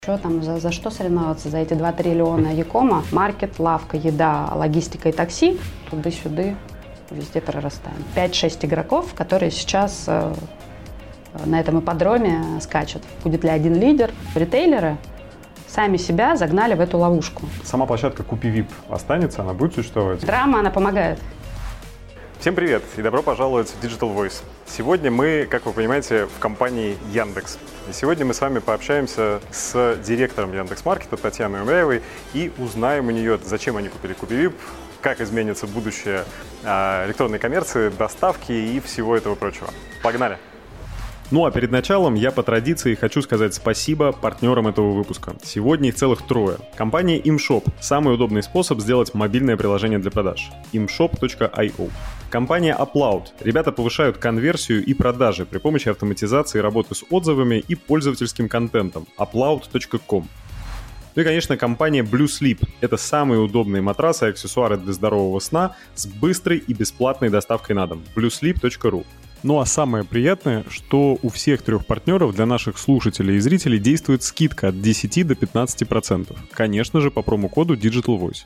Что там, за что соревноваться? За эти 2 триллиона Якома? Маркет, лавка, еда, логистика и такси. Туды-сюды, везде прорастаем. 5-6 игроков, которые сейчас на этом ипподроме скачут. Будет ли один лидер? Ритейлеры сами себя загнали в эту ловушку. Сама площадка Купи-Вип останется, она будет существовать? Драма, она помогает. Всем привет и добро пожаловать в Digital Voice. Сегодня мы, как вы понимаете, в компании Яндекс. И сегодня мы с вами пообщаемся с директором Яндекс.Маркета Татьяной Умяевой и узнаем у нее, зачем они купили Купи-Вип, как изменится будущее электронной коммерции, доставки и всего этого прочего. Погнали! Ну а перед началом я по традиции хочу сказать спасибо партнерам этого выпуска. Сегодня их целых 3. Компания ImShop – самый удобный способ сделать мобильное приложение для продаж. imshop.io. Компания Upload. Ребята повышают конверсию и продажи при помощи автоматизации работы с отзывами и пользовательским контентом. upload.com. Ну и, конечно, компания Blue Sleep. Это самые удобные матрасы и аксессуары для здорового сна с быстрой и бесплатной доставкой на дом. bluesleep.ru. Ну а самое приятное, что у всех 3 партнеров для наших слушателей и зрителей действует скидка от 10 до 15%. Конечно же, по промокоду Digital Voice.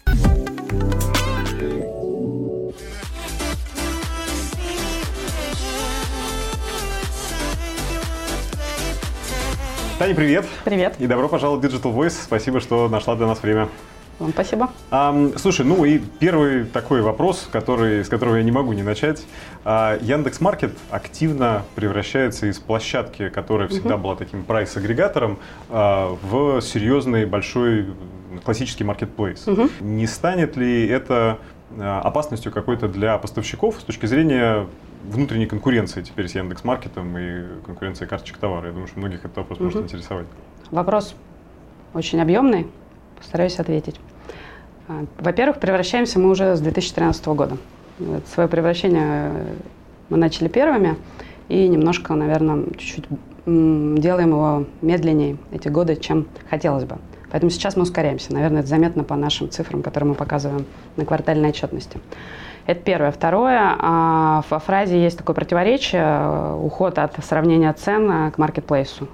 Таня, привет! Привет! И добро пожаловать в Digital Voice. Спасибо, что нашла для нас время. Вам спасибо. Слушай, ну и первый такой вопрос, с которого я не могу не начать. Яндекс.Маркет активно превращается из площадки, которая всегда была таким прайс-агрегатором, в серьезный, большой, классический маркетплейс. Не станет ли это опасностью какой-то для поставщиков с точки зрения внутренней конкуренции теперь с Яндекс.Маркетом и конкуренции карточек товара? Я думаю, что многих этот вопрос может интересовать. Вопрос очень объемный. Постараюсь ответить. Во-первых, превращаемся мы уже с 2013 года. Свое превращение мы начали первыми и немножко, наверное, чуть-чуть делаем его медленнее эти годы, чем хотелось бы. Поэтому сейчас мы ускоряемся. Наверное, это заметно по нашим цифрам, которые мы показываем на квартальной отчетности. Это первое. Второе, во фразе есть такое противоречие, уход от сравнения цен к маркетплейсу.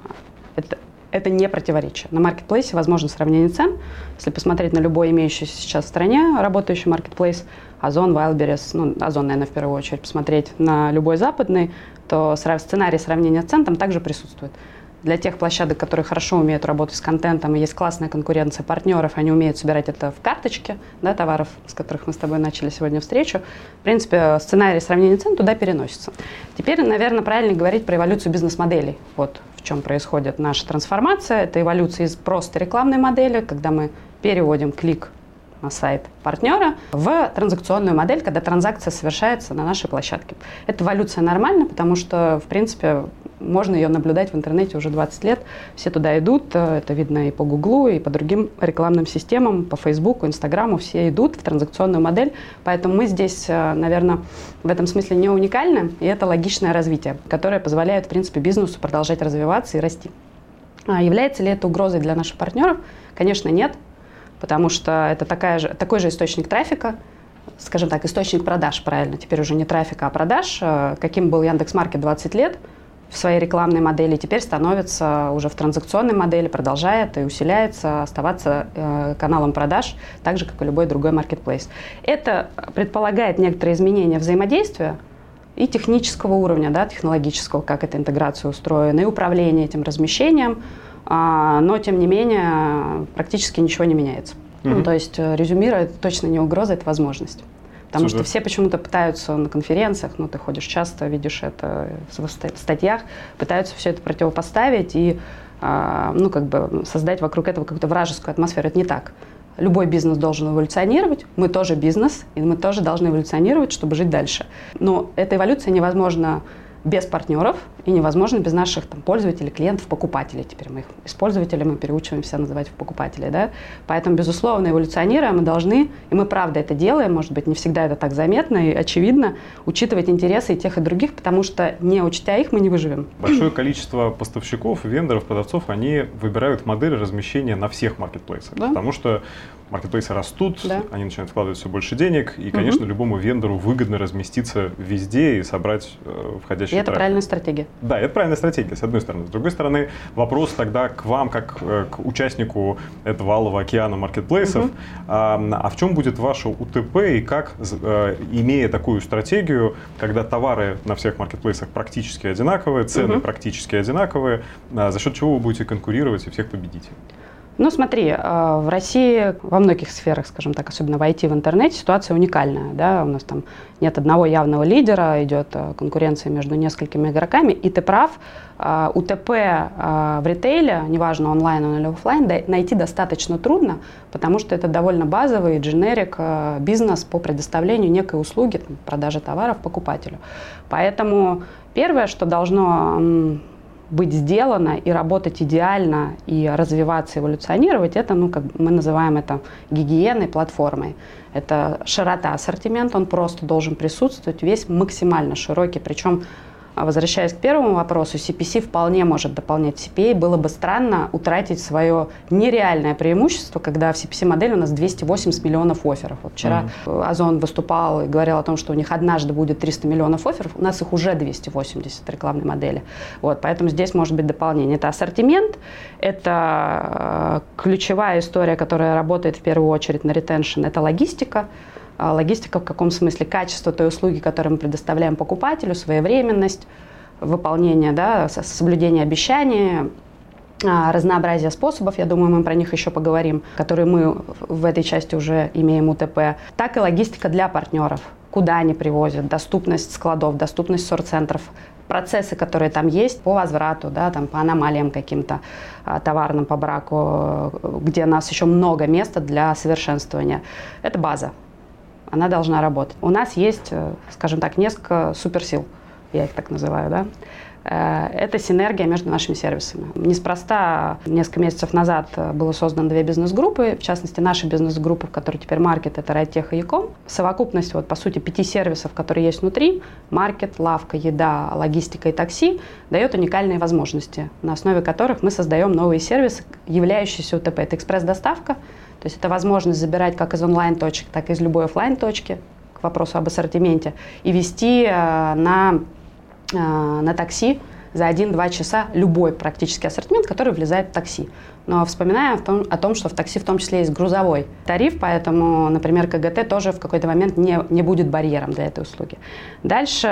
Это не противоречие. На маркетплейсе возможно сравнение цен. Если посмотреть на любой имеющийся сейчас в стране работающий маркетплейс, Озон, Wildberries, Озон, наверное, в первую очередь, посмотреть на любой западный, то сценарий сравнения цен там также присутствует. Для тех площадок, которые хорошо умеют работать с контентом, и есть классная конкуренция партнеров, они умеют собирать это в карточке, да, товаров, с которых мы с тобой начали сегодня встречу. В принципе, сценарий сравнения цен туда переносится. Теперь, наверное, правильно говорить про эволюцию бизнес-моделей. Вот в чем происходит наша трансформация. Это эволюция из просто рекламной модели, когда мы переводим клик на сайт партнера, в транзакционную модель, когда транзакция совершается на нашей площадке. Эта эволюция нормальна, потому что, в принципе, можно ее наблюдать в интернете уже 20 лет. Все туда идут, это видно и по Гуглу, и по другим рекламным системам, по Фейсбуку, Инстаграму, все идут в транзакционную модель. Поэтому мы здесь, наверное, в этом смысле не уникальны, и это логичное развитие, которое позволяет, в принципе, бизнесу продолжать развиваться и расти. Является ли это угрозой для наших партнеров? Конечно, нет. Потому что это такой же источник трафика, скажем так, источник продаж, правильно, теперь уже не трафика, а продаж, каким был Яндекс.Маркет 20 лет в своей рекламной модели, теперь становится уже в транзакционной модели, продолжает и усиляется, оставаться каналом продаж, так же, как и любой другой маркетплейс. Это предполагает некоторые изменения взаимодействия и технического уровня, да, технологического, как эта интеграция устроена, и управление этим размещением. Но, тем не менее, практически ничего не меняется. То есть, резюмируя, это точно не угроза, это возможность. Потому что все почему-то пытаются на конференциях, ты ходишь часто, видишь это в статьях, пытаются все это противопоставить и создать вокруг этого какую-то вражескую атмосферу. Это не так. Любой бизнес должен эволюционировать, мы тоже бизнес, и мы тоже должны эволюционировать, чтобы жить дальше. Но эта эволюция невозможна без партнеров и невозможно без наших пользователей, клиентов, покупателей. Теперь мы их из пользователей мы переучиваемся называть в покупателей. Да? Поэтому, безусловно, эволюционируя, мы должны, и мы правда это делаем, может быть, не всегда это так заметно и очевидно, учитывать интересы и тех, и других, потому что, не учтя их, мы не выживем. Большое количество поставщиков, вендоров, продавцов, они выбирают модель размещения на всех маркетплейсах, да? Потому что маркетплейсы растут, да, они начинают вкладывать все больше денег, и, конечно, любому вендору выгодно разместиться везде и собрать входящий трафик. И это правильная стратегия. Да, это правильная стратегия, с одной стороны. С другой стороны, вопрос тогда к вам, как к участнику этого алого океана маркетплейсов. А в чем будет ваше УТП и как, имея такую стратегию, когда товары на всех маркетплейсах практически одинаковые, цены практически одинаковые, за счет чего вы будете конкурировать и всех победить? Ну, смотри, в России во многих сферах, скажем так, особенно в IT, в интернете, ситуация уникальная. Да? У нас там нет одного явного лидера, идет конкуренция между несколькими игроками. И ты прав, УТП в ритейле, неважно, онлайн или офлайн, найти достаточно трудно, потому что это довольно базовый дженерик бизнес по предоставлению некой услуги, там, продажи товаров покупателю. Поэтому первое, что должно быть сделано и работать идеально, и развиваться, эволюционировать, это, ну, как мы называем это гигиеной, платформой. Это широта ассортимента, он просто должен присутствовать, весь максимально широкий. Причем, возвращаясь к первому вопросу, CPC вполне может дополнять CPA. Было бы странно утратить свое нереальное преимущество, когда в CPC-модели у нас 280 миллионов офферов. Вот вчера Озон выступал и говорил о том, что у них однажды будет 300 миллионов офферов, у нас их уже 280 рекламной модели. Вот, поэтому здесь может быть дополнение. Это ассортимент, это ключевая история, которая работает в первую очередь на ретеншн, это логистика. Логистика в каком смысле? Качество той услуги, которую мы предоставляем покупателю, своевременность, выполнение, да, соблюдение обещаний, разнообразие способов, я думаю, мы про них еще поговорим, которые мы в этой части уже имеем УТП. Так и логистика для партнеров. Куда они привозят, доступность складов, доступность сорт-центров, процессы, которые там есть по возврату, да, там, по аномалиям каким-то товарным, по браку, где у нас еще много места для совершенствования. Это база. Она должна работать. У нас есть, скажем так, несколько суперсил, я их так называю, да. Это синергия между нашими сервисами. Неспроста несколько месяцев назад было создано 2 бизнес-группы, в частности, наши бизнес-группы, в которой теперь маркет, это RideTech и e-com. Совокупность, вот, по сути, 5 сервисов, которые есть внутри, маркет, лавка, еда, логистика и такси, дает уникальные возможности, на основе которых мы создаем новые сервисы, являющиеся УТП. Это экспресс-доставка, то есть это возможность забирать как из онлайн-точек, так и из любой офлайн-точки, к вопросу об ассортименте, и вести на такси за 1-2 часа любой практически ассортимент, который влезает в такси. Но вспоминаем о том, что в такси в том числе есть грузовой тариф, поэтому, например, КГТ тоже в какой-то момент не будет барьером для этой услуги. Дальше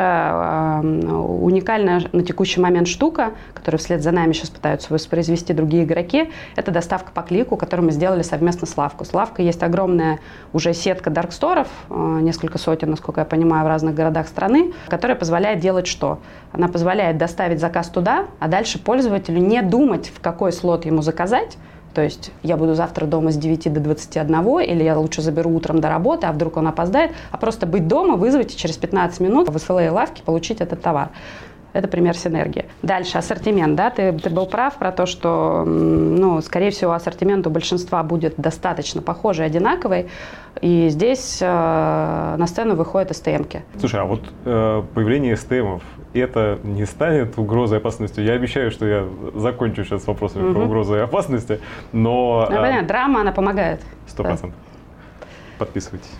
уникальная на текущий момент штука, которую вслед за нами сейчас пытаются воспроизвести другие игроки, это доставка по клику, которую мы сделали совместно с Лавкой. С Лавкой есть огромная уже сетка дарксторов, несколько сотен, насколько я понимаю, в разных городах страны, которая позволяет делать что? Она позволяет доставить заказ туда, а дальше пользователю не думать, в какой слот ему заказать. То есть я буду завтра дома с 9 до 21, или я лучше заберу утром до работы, а вдруг он опоздает, а просто быть дома, вызвать и через 15 минут в SLA лавке получить этот товар. Это пример синергии. Дальше ассортимент. Да? Ты был прав про то, что, ну, скорее всего, ассортимент у большинства будет достаточно похожий, одинаковый. И здесь на сцену выходят СТМ-ки. Слушай, а вот появление СТМов, это не станет угрозой и опасностью? Я обещаю, что я закончу сейчас с вопросами про угрозу и опасности, но... Ну, понятно, драма, она помогает. 100%. Подписывайтесь.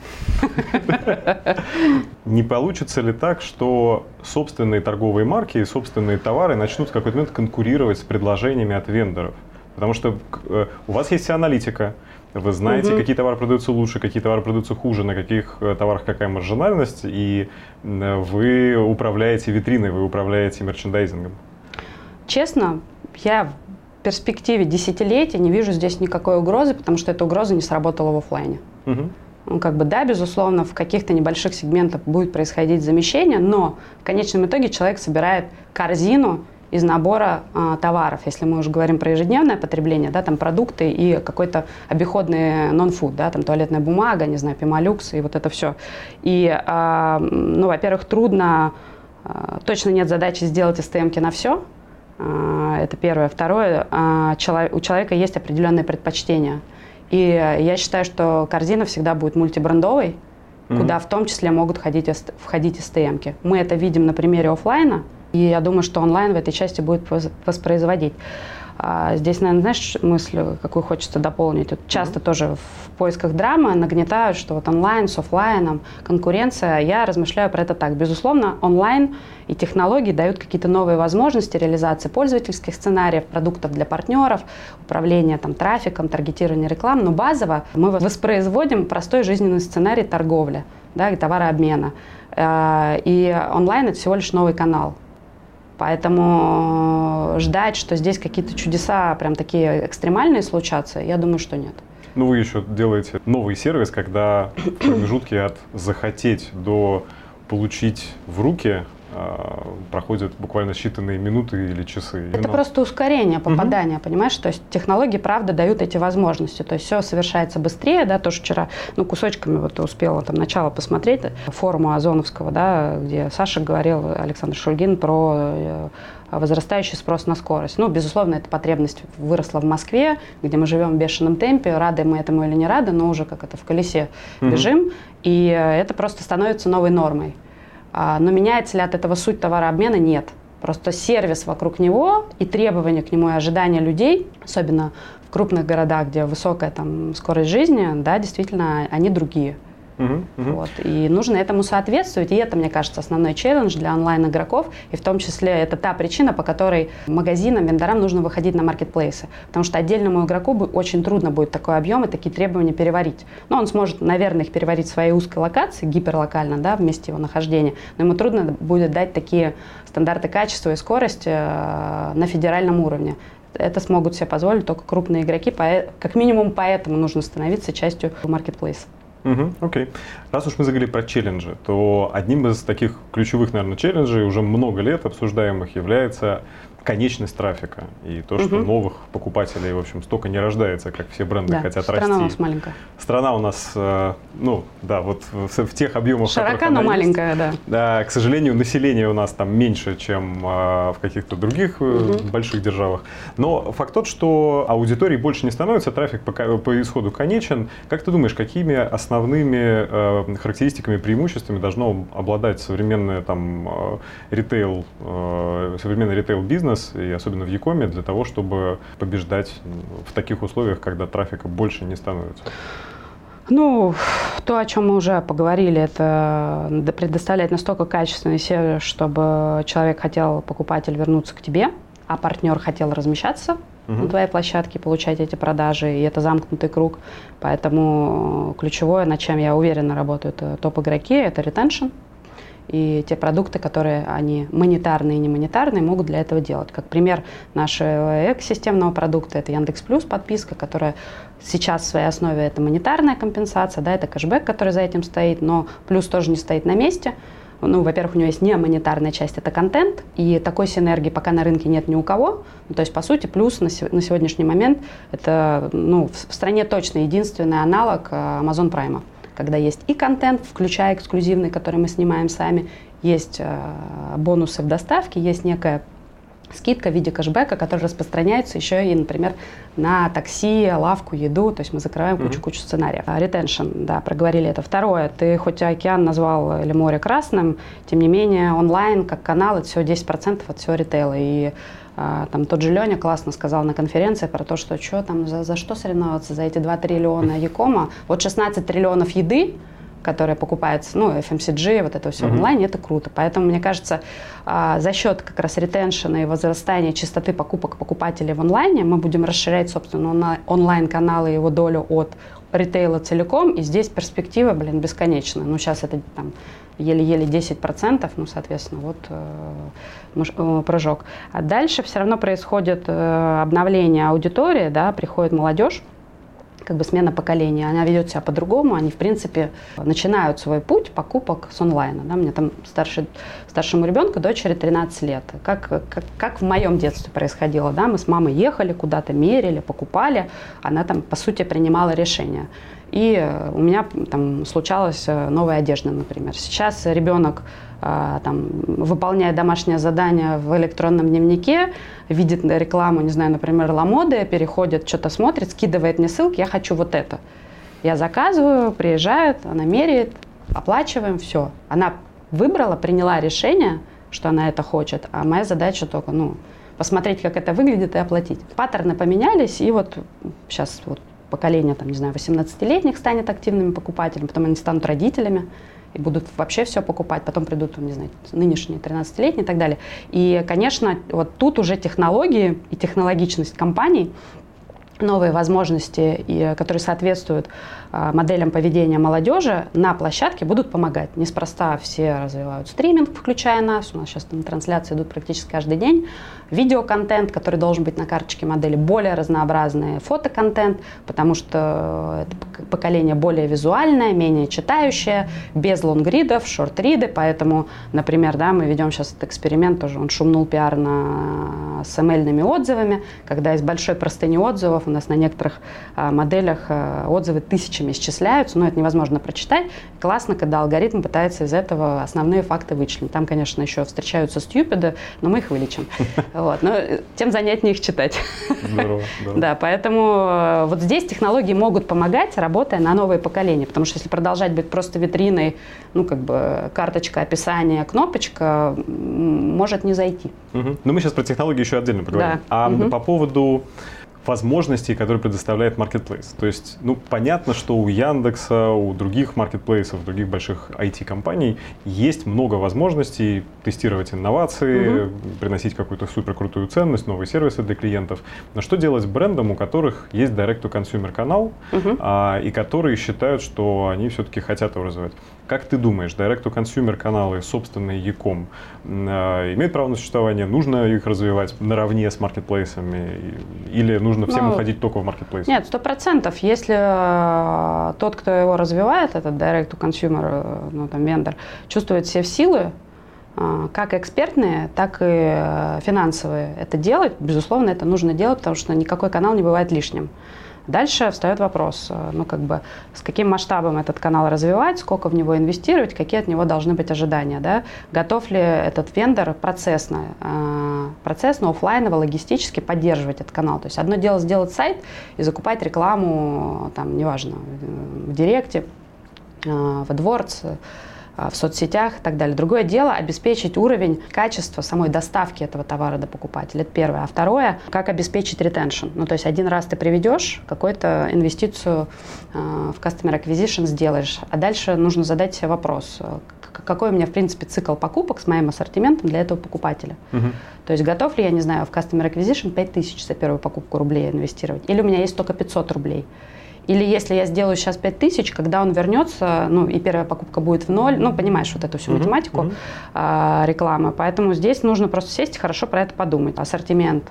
Не получится ли так, что собственные торговые марки и собственные товары начнут в какой-то момент конкурировать с предложениями от вендоров? Потому что у вас есть вся аналитика, вы знаете, какие товары продаются лучше, какие товары продаются хуже, на каких товарах какая маржинальность, и вы управляете витриной, вы управляете мерчендайзингом. Честно, я в перспективе десятилетия не вижу здесь никакой угрозы, потому что эта угроза не сработала в офлайне. Ну, как бы, да, безусловно, в каких-то небольших сегментах будет происходить замещение, но в конечном итоге человек собирает корзину из набора товаров, если мы уже говорим про ежедневное потребление, да, там продукты и какой-то обиходный нон-фуд, да, там туалетная бумага, не знаю, Пемолюкс и вот это все. И, ну, во-первых, трудно, точно нет задачи сделать СТМ-ки на все, это первое. Второе, у человека есть определенные предпочтения. И я считаю, что корзина всегда будет мультибрендовой, куда в том числе могут входить СТМ-ки. Мы это видим на примере офлайна, и я думаю, что онлайн в этой части будет воспроизводить. Здесь, наверное, знаешь, мысль, какую хочется дополнить? Вот часто тоже в поисках драмы нагнетают, что вот онлайн с офлайном, конкуренция. Я размышляю про это так. Безусловно, онлайн и технологии дают какие-то новые возможности реализации пользовательских сценариев, продуктов для партнеров, управления там, трафиком, таргетирования рекламы. Но базово мы воспроизводим простой жизненный сценарий торговли, да, и товарообмена. И онлайн – это всего лишь новый канал. Поэтому ждать, что здесь какие-то чудеса прям такие экстремальные случатся, я думаю, что нет. Ну, вы еще делаете новый сервис, когда в промежутке от захотеть до получить в руки проходят буквально считанные минуты или часы. Это просто ускорение попадания, понимаешь? То есть технологии, правда, дают эти возможности. То есть все совершается быстрее, да, тоже вчера, кусочками вот успела там начало посмотреть форума Озоновского, да, где Саша говорил, Александр Шульгин, про возрастающий спрос на скорость. Безусловно, эта потребность выросла в Москве, где мы живем в бешеном темпе, рады мы этому или не рады, но уже как это в колесе бежим, и это просто становится новой нормой. Но меняется ли от этого суть товарообмена? Нет. Просто сервис вокруг него и требования к нему, и ожидания людей, особенно в крупных городах, где высокая там скорость жизни, да, действительно, они другие. Вот. И нужно этому соответствовать. И это, мне кажется, основной челлендж для онлайн-игроков. И в том числе это та причина, по которой магазинам, вендорам нужно выходить на маркетплейсы. Потому что отдельному игроку очень трудно будет такой объем и такие требования переварить. Он сможет, наверное, их переварить в своей узкой локации, гиперлокально, да, в месте его нахождения. Но ему трудно будет дать такие стандарты качества и скорости на федеральном уровне. Это смогут себе позволить только крупные игроки. Как минимум поэтому нужно становиться частью маркетплейса. Окей. Раз уж мы заговорили про челленджи, то одним из таких ключевых, наверное, челленджей уже много лет обсуждаемых является конечность трафика. И то, что новых покупателей, в общем, столько не рождается, как все бренды хотят расти. Страна у нас маленькая. Страна у нас, вот в тех объемах, широка, но маленькая, да. Да, к сожалению, население у нас там меньше, чем в каких-то других больших державах. Но факт тот, что аудитории больше не становится, трафик по исходу конечен. Как ты думаешь, какими основными характеристиками, преимуществами должно обладать современный ритейл-бизнес, и особенно в e-коме, для того, чтобы побеждать в таких условиях, когда трафика больше не становится? То, о чем мы уже поговорили, это предоставлять настолько качественный сервис, чтобы человек хотел, покупатель, вернуться к тебе, а партнер хотел размещаться на твоей площадке, получать эти продажи, и это замкнутый круг. Поэтому ключевое, над чем я уверенно работают топ-игроки, это ретеншн. И те продукты, которые они монетарные и не монетарные, могут для этого делать. Как пример нашего экосистемного продукта, это Яндекс.Плюс подписка, которая сейчас в своей основе это монетарная компенсация, да, это кэшбэк, который за этим стоит, но плюс тоже не стоит на месте. Во-первых, у него есть не монетарная часть, это контент, и такой синергии пока на рынке нет ни у кого. То есть, по сути, плюс на сегодняшний момент это в стране точно единственный аналог Amazon Prime. Когда есть и контент, включая эксклюзивный, который мы снимаем сами, есть бонусы в доставке, есть некая скидка в виде кэшбэка, который распространяется еще и, например, на такси, лавку, еду. То есть мы закрываем кучу сценариев. Ретеншн, да, проговорили это. Второе, ты хоть океан назвал или море красным, тем не менее онлайн как канал это всего 10% от всего ритейла. И там тот же Леня классно сказал на конференции про то, что там за что соревноваться, за эти 2 триллиона e-кома. Вот 16 триллионов еды, которая покупается, FMCG, вот это все в онлайне, это круто. Поэтому, мне кажется, за счет как раз ретеншена и возрастания частоты покупок покупателей в онлайне мы будем расширять, собственно, онлайн-каналы, его долю от ритейла целиком, и здесь перспектива, бесконечна. Сейчас это еле-еле 10%, соответственно, прыжок. А дальше все равно происходит обновление аудитории, да, приходит молодежь, смена поколения, она ведет себя по-другому, они, в принципе, начинают свой путь покупок с онлайна. Да? У меня там старшему ребенку, дочери 13 лет. Как в моем детстве происходило, да? Мы с мамой ехали куда-то, мерили, покупали, она там, по сути, принимала решения. И у меня там случалась новая одежда, например. Сейчас ребенок выполняет домашнее задание в электронном дневнике, видит рекламу, не знаю, например, Ламоды, переходит, что-то смотрит, скидывает мне ссылки, я хочу вот это. Я заказываю, приезжает, она меряет, оплачиваем, все. Она выбрала, приняла решение, что она это хочет, а моя задача только, посмотреть, как это выглядит, и оплатить. Паттерны поменялись, и вот сейчас вот поколение, там, не знаю, 18-летних станет активными покупателями, потом они станут родителями и будут вообще все покупать, потом придут, не знаю, нынешние 13-летние и так далее. И, конечно, вот тут уже технологии и технологичность компаний, новые возможности, которые соответствуют моделям поведения молодежи, на площадке будут помогать. Неспроста все развивают стриминг, включая нас. У нас сейчас там трансляции идут практически каждый день. Видеоконтент, который должен быть на карточке модели, более разнообразный. Фотоконтент, потому что это поколение более визуальное, менее читающее, без лонгридов, шортриды. Поэтому, например, да, мы ведем сейчас этот эксперимент, тоже он шумнул пиар с ML-ными отзывами, когда из большой простыни отзывов у нас на некоторых моделях отзывы тысячами исчисляются, но это невозможно прочитать. Классно, когда алгоритм пытается из этого основные факты вычленить. Там, конечно, еще встречаются стьюпиды, но мы их вылечим. Вот. Но тем занятнее их читать. Здорово, здорово. Да, поэтому вот здесь технологии могут помогать, работая на новые поколения, потому что если продолжать быть просто витриной, ну, как бы карточка, описание, кнопочка, может не зайти. Угу. Но мы сейчас про технологии еще отдельно поговорим. Да. По поводу возможностей, которые предоставляет Marketplace. То есть, ну, понятно, что у Яндекса, у других маркетплейсов, других больших IT-компаний есть много возможностей тестировать инновации, приносить какую-то суперкрутую ценность, новые сервисы для клиентов. Но что делать с брендом, у которых есть Direct-to-Consumer канал, и которые считают, что они все-таки хотят его развивать? Как ты думаешь, Direct-to-Consumer каналы, собственные e-com, имеют право на существование? Нужно их развивать наравне с маркетплейсами? Или нужно всем уходить только в маркетплейс? Нет, 100%. Если тот, кто его развивает, этот Direct-to-Consumer, ну, там, вендор, чувствует все в силы, как экспертные, так и финансовые, это делать, безусловно, это нужно делать, потому что никакой канал не бывает лишним. Дальше встает вопрос, ну, как бы, с каким масштабом этот канал развивать, сколько в него инвестировать, какие от него должны быть ожидания, да? Готов ли этот вендор процессно, офлайново, логистически поддерживать этот канал. То есть одно дело сделать сайт и закупать рекламу, там, неважно, в Директе, в AdWords, в соцсетях и так далее. Другое дело — обеспечить уровень качества самой доставки этого товара до покупателя. Это первое. А второе — как обеспечить ретеншн. Ну, то есть один раз ты приведешь, какую-то инвестицию в Customer Acquisition сделаешь, а дальше нужно задать себе вопрос, какой у меня, в принципе, цикл покупок с моим ассортиментом для этого покупателя. То есть готов ли я, не знаю, в Customer Acquisition 5000 за первую покупку рублей инвестировать, или у меня есть только 500 рублей. Или если я сделаю сейчас 5000, когда он вернется, ну, и первая покупка будет в ноль, ну, понимаешь вот эту всю математику рекламы. Поэтому здесь нужно просто сесть и хорошо про это подумать. Ассортимент,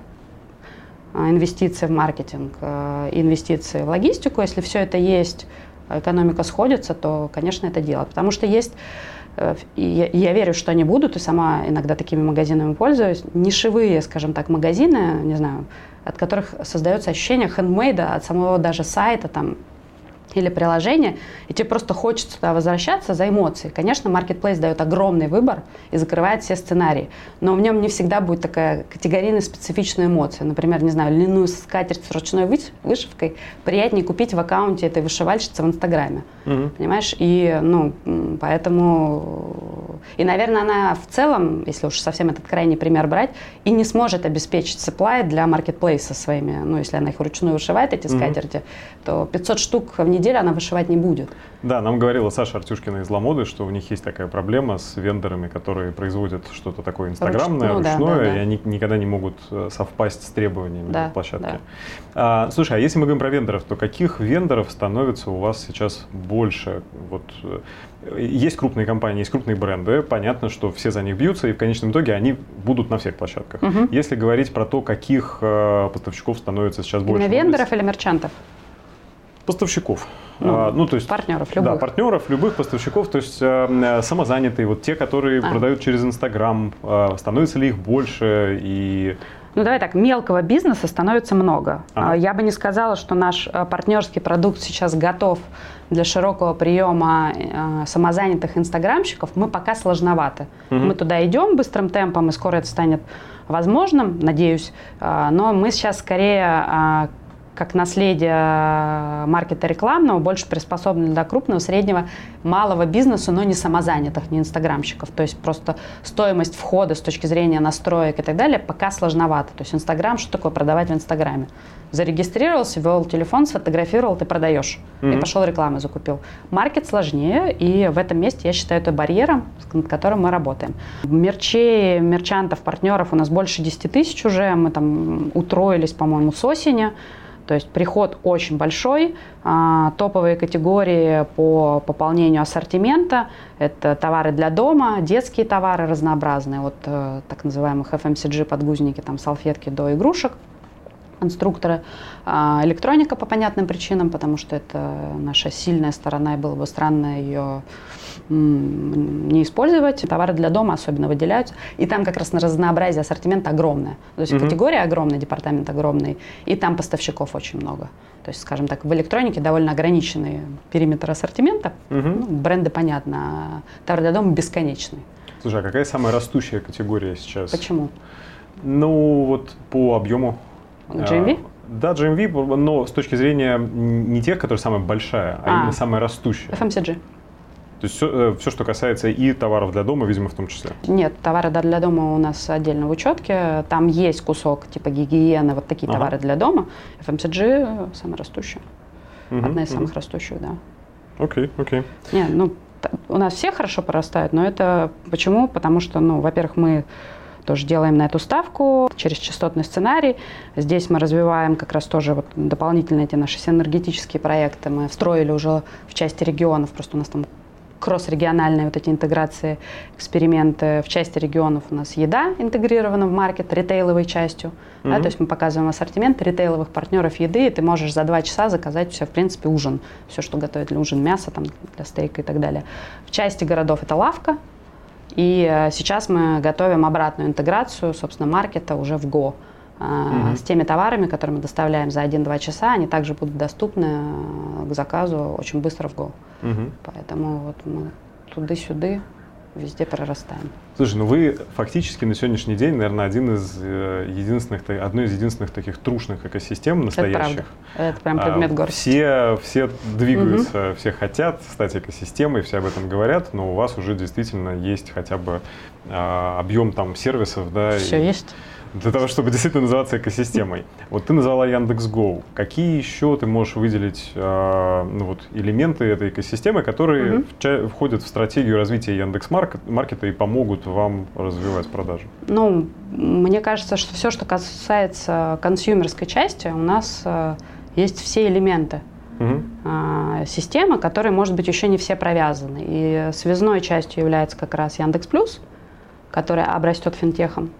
инвестиции в маркетинг, инвестиции в логистику. Если все это есть, экономика сходится, то, конечно, это делать. Потому что есть, я верю, что они будут, и сама иногда такими магазинами пользуюсь, нишевые, скажем так, магазины, не знаю, от которых создается ощущение хендмейда от самого даже сайта там, или приложения, и тебе просто хочется туда возвращаться за эмоции. Конечно, Marketplace дает огромный выбор и закрывает все сценарии, но в нем не всегда будет такая категорийная специфичная эмоция. Например, не знаю, льняную скатерть с ручной вышивкой приятнее купить в аккаунте этой вышивальщицы в Инстаграме. Понимаешь? И, ну, поэтому... И, наверное, она в целом, если уж совсем этот крайний пример брать, и не сможет обеспечить supply для Marketplace своими, ну, если она их вручную вышивает, эти скатерти, то 500 штук в неделю она вышивать не будет. Да, нам говорила Саша Артюшкина из Ламоды, что у них есть такая проблема с вендорами, которые производят что-то такое инстаграмное, ручное, и они никогда не могут совпасть с требованиями площадки. Да. Слушай, а если мы говорим про вендоров, то каких вендоров становится у вас сейчас больше? Вот, есть крупные компании, есть крупные бренды, понятно, что все за них бьются, и в конечном итоге они будут на всех площадках. Если говорить про то, каких поставщиков становится сейчас больше? Именно вендоров или мерчантов? Поставщиков. Ну, то есть, партнеров любых. Да, партнеров, любых поставщиков, то есть самозанятые, вот те, которые продают через Инстаграм, становится ли их больше? И... Ну, давай так, мелкого бизнеса становится много. Я бы не сказала, что наш партнерский продукт сейчас готов для широкого приема самозанятых инстаграмщиков. Мы пока сложноваты. Мы туда идем быстрым темпом, и скоро это станет возможным, надеюсь. Но мы сейчас скорее как наследие маркета рекламного, больше приспособлено для крупного, среднего, малого бизнеса, но не самозанятых, не инстаграмщиков. То есть просто стоимость входа с точки зрения настроек и так далее пока сложновато. То есть Инстаграм, что такое продавать в Инстаграме? Зарегистрировался, ввел телефон, сфотографировал, ты продаешь. И пошел рекламу закупил. Маркет сложнее, и в этом месте я считаю это барьером, над которым мы работаем. Мерчей, мерчантов, партнеров у нас больше 10 тысяч уже. Мы там утроились, по-моему, с осени. То есть приход очень большой. Топовые категории по пополнению ассортимента – это товары для дома, детские товары разнообразные, от так называемых FMCG, подгузники, там, салфетки до игрушек, конструкторы. Электроника по понятным причинам, потому что это наша сильная сторона, и было бы странно ее не использовать. Товары для дома особенно выделяются. И там как раз на разнообразие ассортимента огромное. То есть категория огромная, департамент огромный, и там поставщиков очень много. То есть, скажем так, в электронике довольно ограниченный периметр ассортимента. Бренды, понятно, а товары для дома бесконечный. Слушай, а какая самая растущая категория сейчас? Почему? Ну, вот по объему. GMV? Да, GMV, но с точки зрения не тех, которые самая большая, а именно самая растущая. FMCG. То есть все, что касается и товаров для дома, видимо, в том числе? Нет, товары для дома у нас отдельно в учетке. Там есть кусок типа гигиены, вот такие товары для дома. FMCG самая растущая. Одна из самых растущих, да. Окей. Не, ну, у нас все хорошо прорастают, но это почему? Потому что, ну, во-первых, мы тоже делаем на эту ставку через частотный сценарий. Здесь мы развиваем как раз тоже вот дополнительно эти наши синергетические проекты. Мы встроили уже в части регионов, просто у нас там кросс-региональные вот эти интеграции, эксперименты. В части регионов у нас еда интегрирована в маркет ритейловой частью. Да, то есть мы показываем ассортимент ритейловых партнеров еды, и ты можешь за 2 часа заказать все, в принципе, ужин. Все, что готовят для ужин, мясо там, для стейка и так далее. В части городов это лавка. И сейчас мы готовим обратную интеграцию, собственно, маркета уже в Go. С теми товарами, которые мы доставляем за 1-2 часа, они также будут доступны к заказу очень быстро в Go. Поэтому вот мы туды-сюды везде прорастаем. Слушай, ну вы фактически на сегодняшний день, наверное, одной из единственных таких трушных экосистем настоящих. Это правда. Это прям предмет гордости. Все двигаются, все хотят стать экосистемой, все об этом говорят, но у вас уже действительно есть хотя бы объем там сервисов, да? Все есть. Для того, чтобы действительно называться экосистемой. Вот ты назвала Яндекс.Го. Какие еще ты можешь выделить элементы этой экосистемы, которые входят в стратегию развития Яндекс.Маркета и помогут вам развивать продажи? Ну, мне кажется, что все, что касается консюмерской части, у нас есть все элементы системы, которые, может быть, еще не все провязаны. И связной частью является как раз Яндекс.Плюс, которая обрастет финтехом.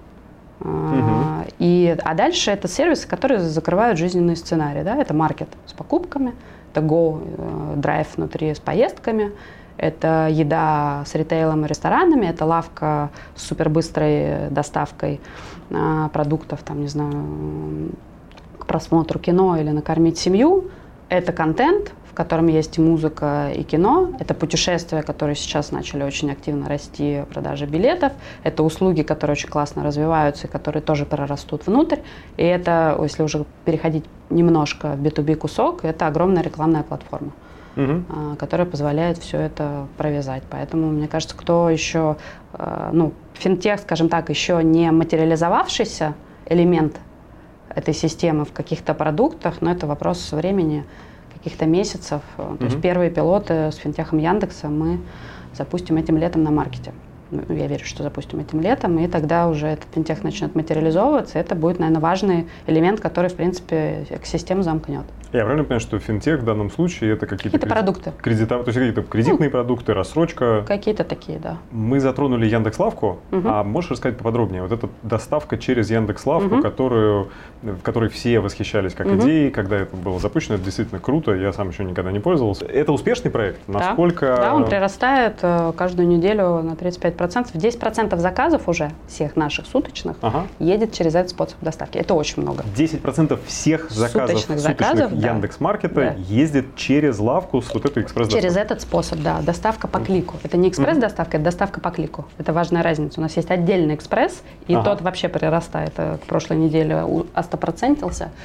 А дальше это сервисы, которые закрывают жизненные сценарии. Да? Это маркет с покупками, это Go, драйв внутри с поездками, это еда с ритейлом и ресторанами, это лавка с супербыстрой доставкой продуктов, там, не знаю, к просмотру кино или накормить семью. Это контент, в котором есть и музыка, и кино. Это путешествия, которые сейчас начали очень активно расти, продажи билетов. Это услуги, которые очень классно развиваются и которые тоже прорастут внутрь. И это, если уже переходить немножко в B2B кусок, это огромная рекламная платформа, которая позволяет все это провязать. Поэтому, мне кажется, кто еще, финтех, скажем так, еще не материализовавшийся элемент этой системы в каких-то продуктах, но это вопрос времени, каких-то месяцев. То есть первые пилоты с финтехом Яндекса мы запустим этим летом на маркете. Я верю, что запустим этим летом, и тогда уже этот финтех начнет материализовываться. Это будет, наверное, важный элемент, который, в принципе, экосистему замкнет. Я правильно понимаю, что финтех в данном случае это какие-то продукты? То есть какие-то кредитные продукты, рассрочка? Какие-то такие, да. Мы затронули Яндекс.Лавку, а можешь рассказать поподробнее? Вот эта доставка через Яндекс.Лавку, в которой все восхищались как идеей, когда это было запущено, это действительно круто, я сам еще никогда не пользовался. Это успешный проект? Насколько... Да, он прирастает каждую неделю на 35%. 10% заказов уже всех наших суточных едет через этот способ доставки. Это очень много. 10% всех заказов Яндекс.Маркета ездит через лавку с вот этой экспресс-доставкой? Через этот способ, да. Доставка по клику. Это не экспресс-доставка, это доставка по клику. Это важная разница. У нас есть отдельный экспресс, и тот вообще прирастает. К прошлой неделе остопроцентился.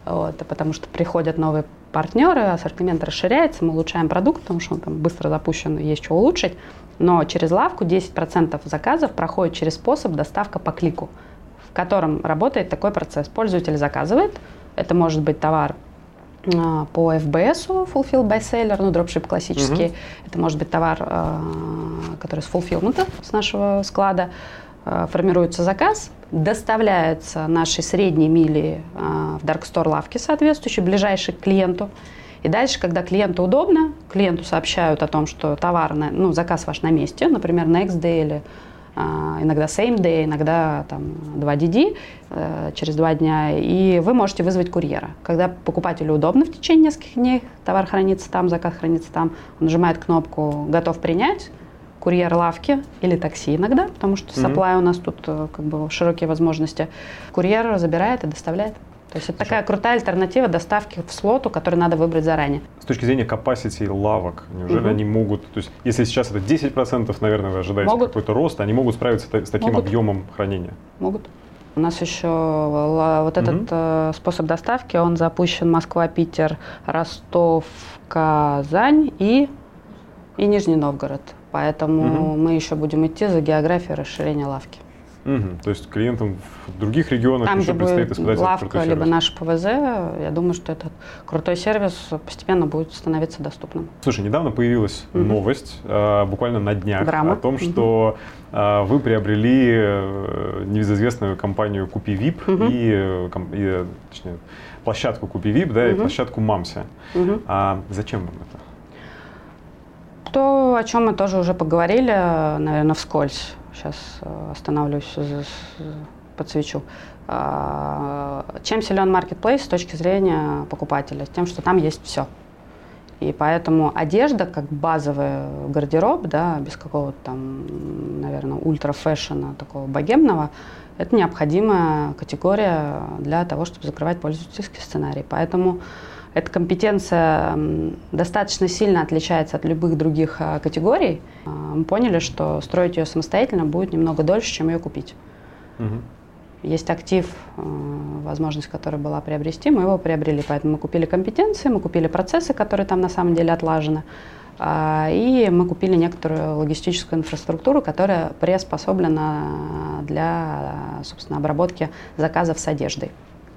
Вот, потому что приходят новые партнеры, ассортимент расширяется, мы улучшаем продукт, потому что он там быстро запущен, есть что улучшить. Но через лавку 10% заказов проходит через способ доставка по клику, в котором работает такой процесс. Пользователь заказывает, это может быть товар по FBS, Fulfilled by Seller, ну, дропшип классический. Это может быть товар, который с фулфилмента, с нашего склада. Формируется заказ, доставляется нашей средней мили в даркстор лавки соответствующей, ближайшей к клиенту. И дальше, когда клиенту удобно, клиенту сообщают о том, что товар, ну, заказ ваш на месте, например, next day или иногда same day, иногда там 2DD, через 2 дня, и вы можете вызвать курьера. Когда покупателю удобно в течение нескольких дней, товар хранится там, заказ хранится там, он нажимает кнопку «Готов принять», курьер лавки или такси иногда, потому что supply у нас тут как бы широкие возможности. Курьер забирает и доставляет. То есть это такая крутая альтернатива доставки в слоту, который надо выбрать заранее. С точки зрения capacity лавок, неужели они могут, то есть если сейчас это 10%, наверное, вы ожидаете какой-то рост, они могут справиться с таким объемом хранения? Могут. У нас еще вот этот способ доставки, он запущен Москва, Питер, Ростов, Казань и Нижний Новгород. Поэтому мы еще будем идти за географией расширения лавки. То есть клиентам в других регионах там, еще предстоит испытать лавка, крутой либо сервис. наш ПВЗ, я думаю, что этот крутой сервис постепенно будет становиться доступным. Слушай, недавно появилась новость, буквально на днях, Драма. о том, что вы приобрели небезызвестную компанию KupiVip и точнее, площадку KupiVip, да, и площадку Mamsi. Зачем вам это? То, о чем мы тоже уже поговорили, наверное, вскользь. Сейчас остановлюсь, подсвечу. Чем силен маркетплейс с точки зрения покупателя? Тем, что там есть все. И поэтому одежда, как базовый гардероб, да, без какого-то там, наверное, ультра-фэшена, такого богемного, это необходимая категория для того, чтобы закрывать пользовательский сценарий. Поэтому эта компетенция достаточно сильно отличается от любых других категорий. Мы поняли, что строить ее самостоятельно будет немного дольше, чем ее купить. Есть актив, возможность, которая была приобрести, мы его приобрели. Поэтому мы купили компетенции, мы купили процессы, которые там на самом деле отлажены. И мы купили некоторую логистическую инфраструктуру, которая приспособлена для, собственно, обработки заказов с одеждой.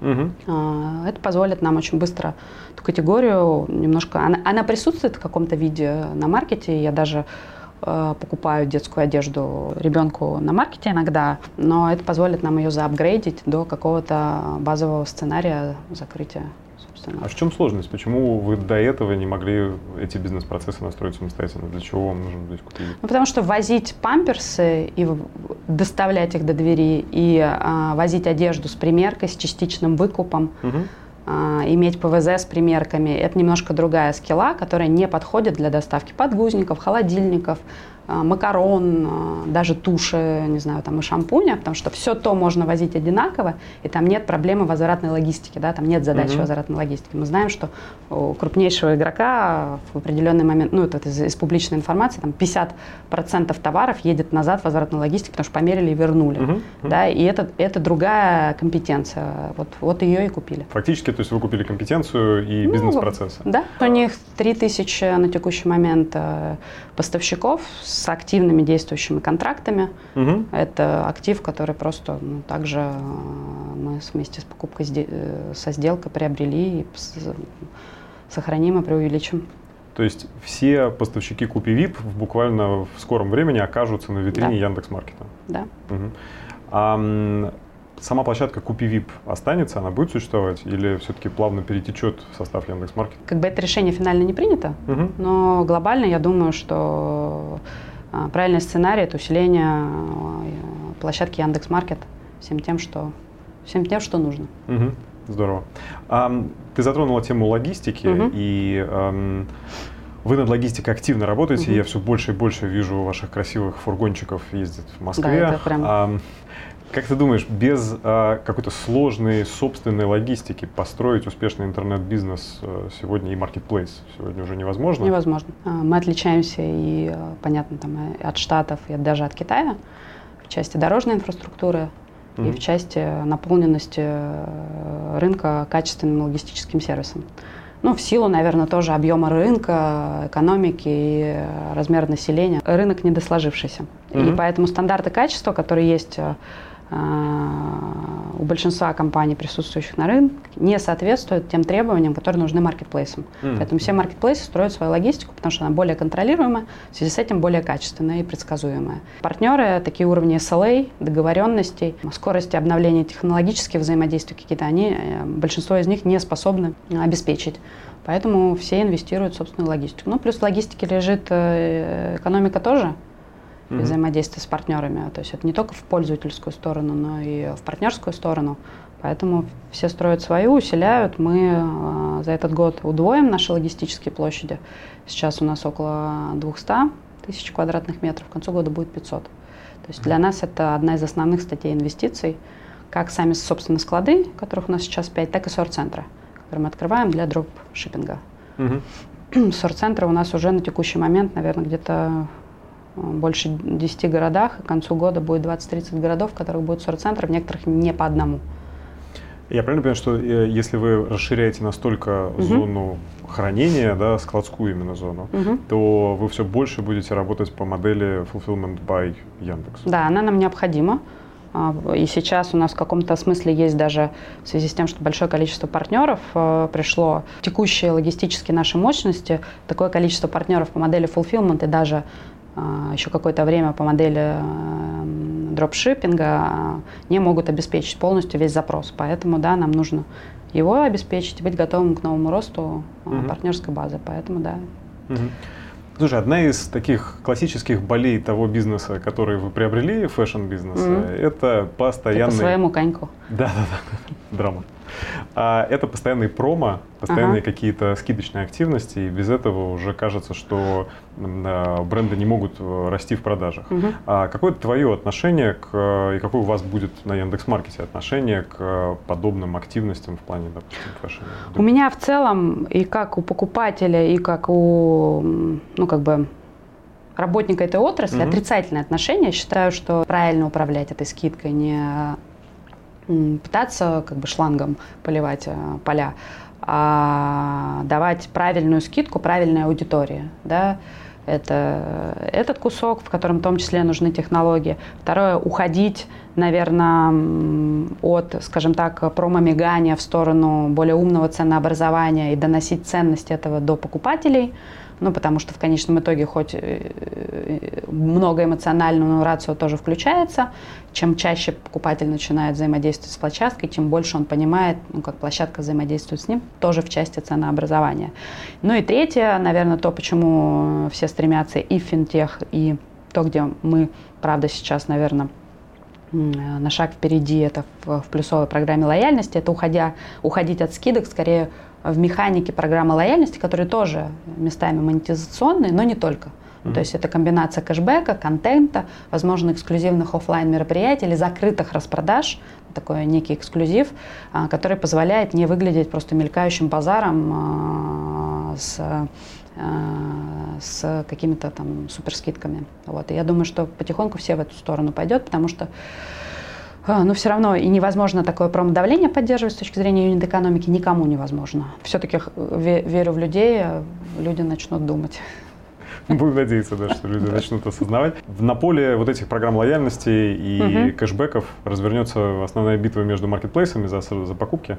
Это позволит нам очень быстро эту категорию немножко... Она присутствует в каком-то виде на маркете. Я даже покупаю детскую одежду ребенку на маркете иногда, но это позволит нам ее заапгрейдить до какого-то базового сценария закрытия. А в чем сложность? Почему вы до этого не могли эти бизнес-процессы настроить самостоятельно? Для чего вам нужен здесь KupiVip? Ну, потому что возить памперсы и доставлять их до двери, и возить одежду с примеркой, с частичным выкупом, иметь ПВЗ с примерками, это немножко другая скилла, которая не подходит для доставки подгузников, холодильников, макарон, даже туши, не знаю, там и шампуня, потому что все то можно возить одинаково, и там нет проблемы возвратной логистики, да, там нет задачи возвратной логистики. Мы знаем, что у крупнейшего игрока в определенный момент, ну это из публичной информации, там 50% товаров едет назад в возвратной логистике, потому что померили и вернули, да, и это другая компетенция, вот ее и купили. Фактически, то есть вы купили компетенцию и бизнес-процессы? Да, у них 3000 на текущий момент поставщиков с активными действующими контрактами. Это актив, который просто также мы вместе с покупкой, со сделкой приобрели и сохраним и преувеличим. То есть все поставщики KupiVip буквально в скором времени окажутся на витрине Яндекс.Маркета? Да. Сама площадка KupiVip останется, она будет существовать или все-таки плавно перетечет в состав Яндекс.Маркета? Как бы это решение финально не принято, но глобально я думаю, что правильный сценарий – это усиление площадки Яндекс.Маркет всем тем, что нужно. Здорово. Ты затронула тему логистики, и вы над логистикой активно работаете. Я все больше и больше вижу ваших красивых фургончиков ездят в Москве. Да, это прям... Как ты думаешь, без какой-то сложной собственной логистики построить успешный интернет-бизнес сегодня и маркетплейс сегодня уже невозможно? Невозможно. Мы отличаемся и, понятно, там, от Штатов, и даже от Китая в части дорожной инфраструктуры, и в части наполненности рынка качественным логистическим сервисом. Ну, в силу, наверное, тоже объема рынка, экономики и размера населения. Рынок недосложившийся. И поэтому стандарты качества, которые есть у большинства компаний, присутствующих на рынке, не соответствуют тем требованиям, которые нужны маркетплейсам. Поэтому все маркетплейсы строят свою логистику, потому что она более контролируемая, в связи с этим более качественная и предсказуемая. Партнеры, такие уровни SLA, договоренностей, скорости обновления технологических взаимодействий какие-то, большинство из них не способны обеспечить. Поэтому все инвестируют в собственную логистику. Ну, плюс в логистике лежит экономика тоже. Взаимодействие с партнерами. То есть это не только в пользовательскую сторону, но и в партнерскую сторону. Поэтому все строят свою, усиляют. Мы за этот год удвоим наши логистические площади. Сейчас у нас около 200 тысяч квадратных метров, к концу года будет 500. То есть для нас это одна из основных статей инвестиций. Как сами, собственно, склады, которых у нас сейчас 5, так и сорт-центры, которые мы открываем для дропшиппинга. Сорт-центры у нас уже на текущий момент, наверное, где-то больше 10 городах, и к концу года будет 20-30 городов, в которых будет сорт-центр, в некоторых не по одному. Я правильно понимаю, что если вы расширяете настолько зону хранения, да, складскую именно зону, то вы все больше будете работать по модели Fulfillment by Яндекс? Да, она нам необходима. И сейчас у нас в каком-то смысле есть даже в связи с тем, что большое количество партнеров пришло, текущие логистические наши мощности, такое количество партнеров по модели Fulfillment и даже еще какое-то время по модели дропшиппинга не могут обеспечить полностью весь запрос. Поэтому, да, нам нужно его обеспечить и быть готовым к новому росту партнерской базы. Поэтому, да. Слушай, одна из таких классических болей того бизнеса, который вы приобрели, фэшн-бизнеса, это постоянный... По своему коньку. Да, драма. Это постоянные промо, постоянные какие-то скидочные активности, и без этого уже кажется, что бренды не могут расти в продажах. Какое твое отношение и какое у вас будет на Яндекс.Маркете отношение к подобным активностям в плане, допустим, фэшна? У меня в целом и как у покупателя, и как у, работника этой отрасли отрицательное отношение. Я считаю, что правильно управлять этой скидкой, не пытаться шлангом поливать поля, а давать правильную скидку правильной аудитории. Да? Это этот кусок, в котором в том числе нужны технологии. Второе, уходить, наверное, от, скажем так, промо-мигания в сторону более умного ценообразования и доносить ценность этого до покупателей. Потому что в конечном итоге хоть много эмоционального, но рацио тоже включается. Чем чаще покупатель начинает взаимодействовать с площадкой, тем больше он понимает, как площадка взаимодействует с ним, тоже в части ценообразования. И третье, наверное, то, почему все стремятся и в финтех, и то, где мы, правда, сейчас, наверное, на шаг впереди, это в плюсовой программе лояльности, это уходить от скидок скорее в механике программы лояльности, которые тоже местами монетизационные, но не только. То есть это комбинация кэшбэка, контента, возможно, эксклюзивных офлайн мероприятий или закрытых распродаж, такой некий эксклюзив, который позволяет не выглядеть просто мелькающим базаром с какими-то там суперскидками. И я думаю, что потихоньку все в эту сторону пойдет, потому что все равно и невозможно такое промо-давление поддерживать с точки зрения юнит-экономики, никому невозможно. Все-таки верю в людей, люди начнут думать. Будем надеяться, да, что люди начнут осознавать. На поле вот этих программ лояльности и кэшбэков развернется основная битва между маркетплейсами за покупки?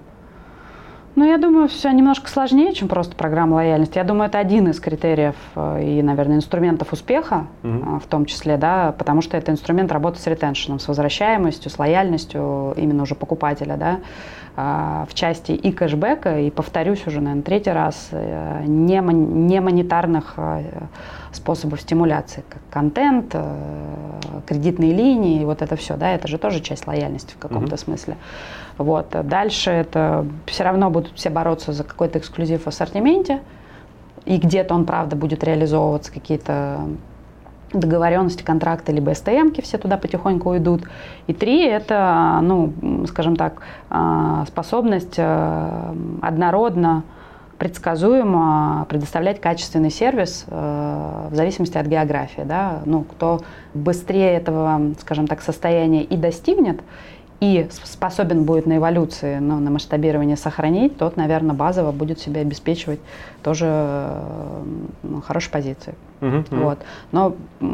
Я думаю, все немножко сложнее, чем просто программа лояльности. Я думаю, это один из критериев и, наверное, инструментов успеха, в том числе, да, потому что это инструмент работы с ретеншеном, с возвращаемостью, с лояльностью именно уже покупателя, да, в части и кэшбэка, и, повторюсь уже, наверное, третий раз, не монетарных способов стимуляции, как контент, кредитные линии, вот это все, да, это же тоже часть лояльности в каком-то смысле. Дальше это все равно будут все бороться за какой-то эксклюзив в ассортименте, и где-то он, правда, будет реализовываться, какие-то договоренности, контракты, либо СТМ-ки все туда потихоньку уйдут. И 3 – это, скажем так, способность однородно предсказуемо предоставлять качественный сервис в зависимости от географии. Да? Ну, кто быстрее этого, скажем так, состояния и достигнет, и способен будет на эволюции, на масштабирование сохранить, тот, наверное, базово будет себя обеспечивать тоже хорошей позицией. Вот. Но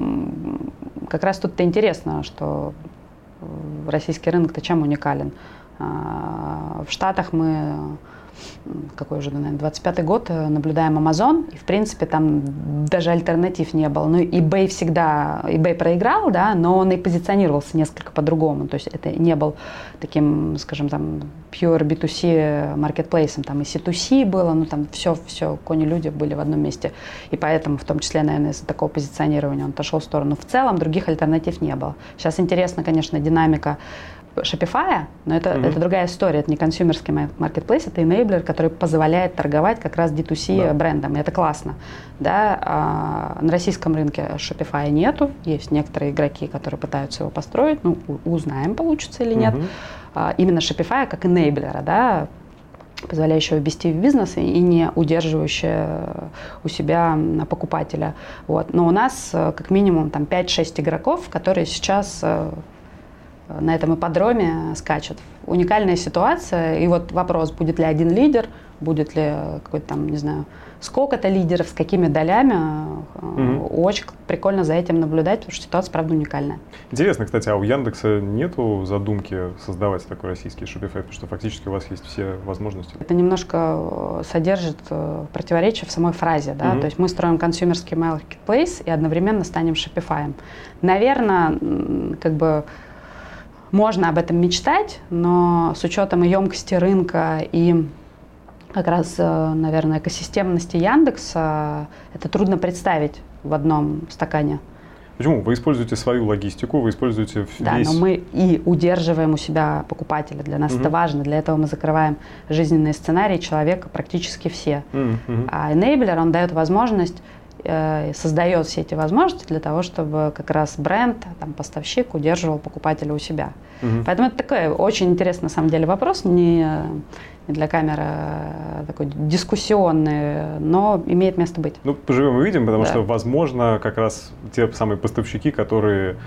как раз тут-то интересно, что российский рынок-то чем уникален. В Штатах мы, какой уже, наверное, 25-й год, наблюдаем Amazon, и, в принципе, там даже альтернатив не было. Ну, eBay проиграл, да, но он и позиционировался несколько по-другому. То есть это не был таким, скажем, там, pure B2C маркетплейсом, там и C2C было, ну, там все, кони-люди были в одном месте. И поэтому, в том числе, наверное, из-за такого позиционирования он отошел в сторону. В целом других альтернатив не было. Сейчас интересна, конечно, динамика Shopify, но это другая история, это не консюмерский маркетплейс, это enabler, который позволяет торговать как раз D2C брендом, и это классно. Да? На российском рынке Shopify нету, есть некоторые игроки, которые пытаются его построить, ну, узнаем, получится или нет. Именно Shopify как enabler, да, позволяющего ввести в бизнес и не удерживающего у себя покупателя. Вот. Но у нас как минимум там 5-6 игроков, которые сейчас на этом ипподроме скачут. Уникальная ситуация. И вот вопрос, будет ли один лидер, будет ли какой-то там, не знаю, сколько-то лидеров, с какими долями. Очень прикольно за этим наблюдать, потому что ситуация, правда, уникальная. Интересно, кстати, а у Яндекса нету задумки создавать такой российский Shopify, потому что фактически у вас есть все возможности? Это немножко содержит противоречие в самой фразе. Да? То есть мы строим консюмерский маркетплейс и одновременно станем Shopify. Наверное, как бы можно об этом мечтать, но с учетом и емкости рынка, и как раз, наверное, экосистемности Яндекса, это трудно представить в одном стакане. Почему? Вы используете свою логистику, вы используете весь... Да, но мы и удерживаем у себя покупателя. Для нас это важно. Для этого мы закрываем жизненные сценарии человека практически все. А enabler, он дает возможность, создает все эти возможности для того, чтобы как раз бренд, там, поставщик удерживал покупателя у себя. Поэтому это такой очень интересный, на самом деле, вопрос, не для камеры такой дискуссионный, но имеет место быть. Ну, поживем и увидим, потому что, возможно, как раз те самые поставщики, которые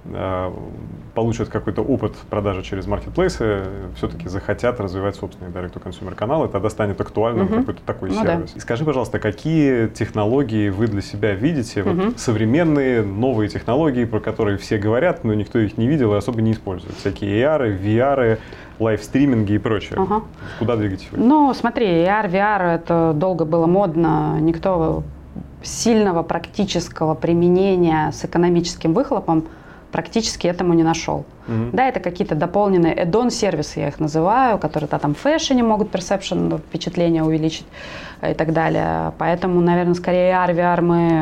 получат какой-то опыт продажи через маркетплейсы, все-таки захотят развивать собственный direct-to-consumer канал, и тогда станет актуальным какой-то такой сервис. И скажи, пожалуйста, какие технологии вы для себя видите, вот современные, новые технологии, про которые все говорят, но никто их не видел и особо не использует? Всякие AR, VR, лайвстриминги и прочее. Куда двигаетесь вы? Ну, смотри, AR, VR, это долго было модно, никто сильного практического применения с экономическим выхлопом практически этому не нашел. Да, это какие-то дополненные add-on сервисы, я их называю, которые там в фэшне могут perception, впечатление увеличить и так далее. Поэтому, наверное, скорее AR, VR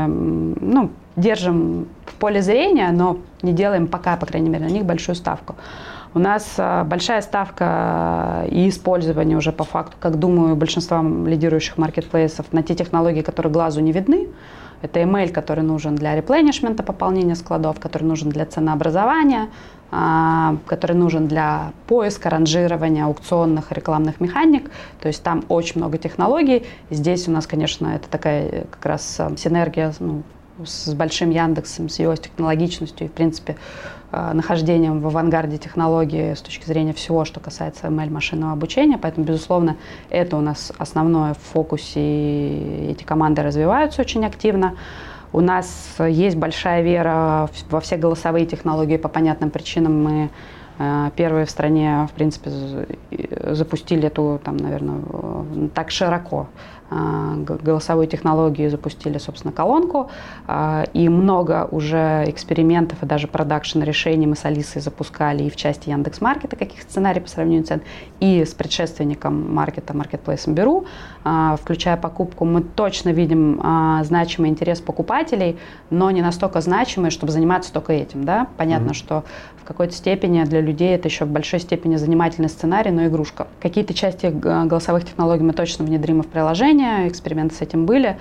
мы держим в поле зрения, но не делаем пока, по крайней мере, на них большую ставку. У нас большая ставка и использование уже по факту, как думаю, большинством лидирующих маркетплейсов на те технологии, которые глазу не видны. Это email, который нужен для репленишмента, пополнения складов, который нужен для ценообразования, который нужен для поиска, ранжирования аукционных рекламных механик. То есть там очень много технологий. Здесь у нас, конечно, это такая как раз синергия с большим Яндексом, с его технологичностью и, в принципе, нахождением в авангарде технологий с точки зрения всего, что касается ML-машинного обучения. Поэтому, безусловно, это у нас основное в фокусе, и эти команды развиваются очень активно. У нас есть большая вера во все голосовые технологии. По понятным причинам мы первые в стране, в принципе, запустили эту, там, наверное, так широко голосовую технологию, запустили, собственно, колонку. И много уже экспериментов и даже продакшн-решений мы с Алисой запускали и в части Яндекс.Маркета, каких сценариев по сравнению цен, и с предшественником маркета, маркетплейсом Беру. Включая покупку, мы точно видим значимый интерес покупателей, но не настолько значимый, чтобы заниматься только этим. Да? Понятно, что в какой-то степени для людей это еще в большой степени занимательный сценарий, но игрушка. Какие-то части голосовых технологий мы точно внедрим и в приложение, эксперименты с этим были,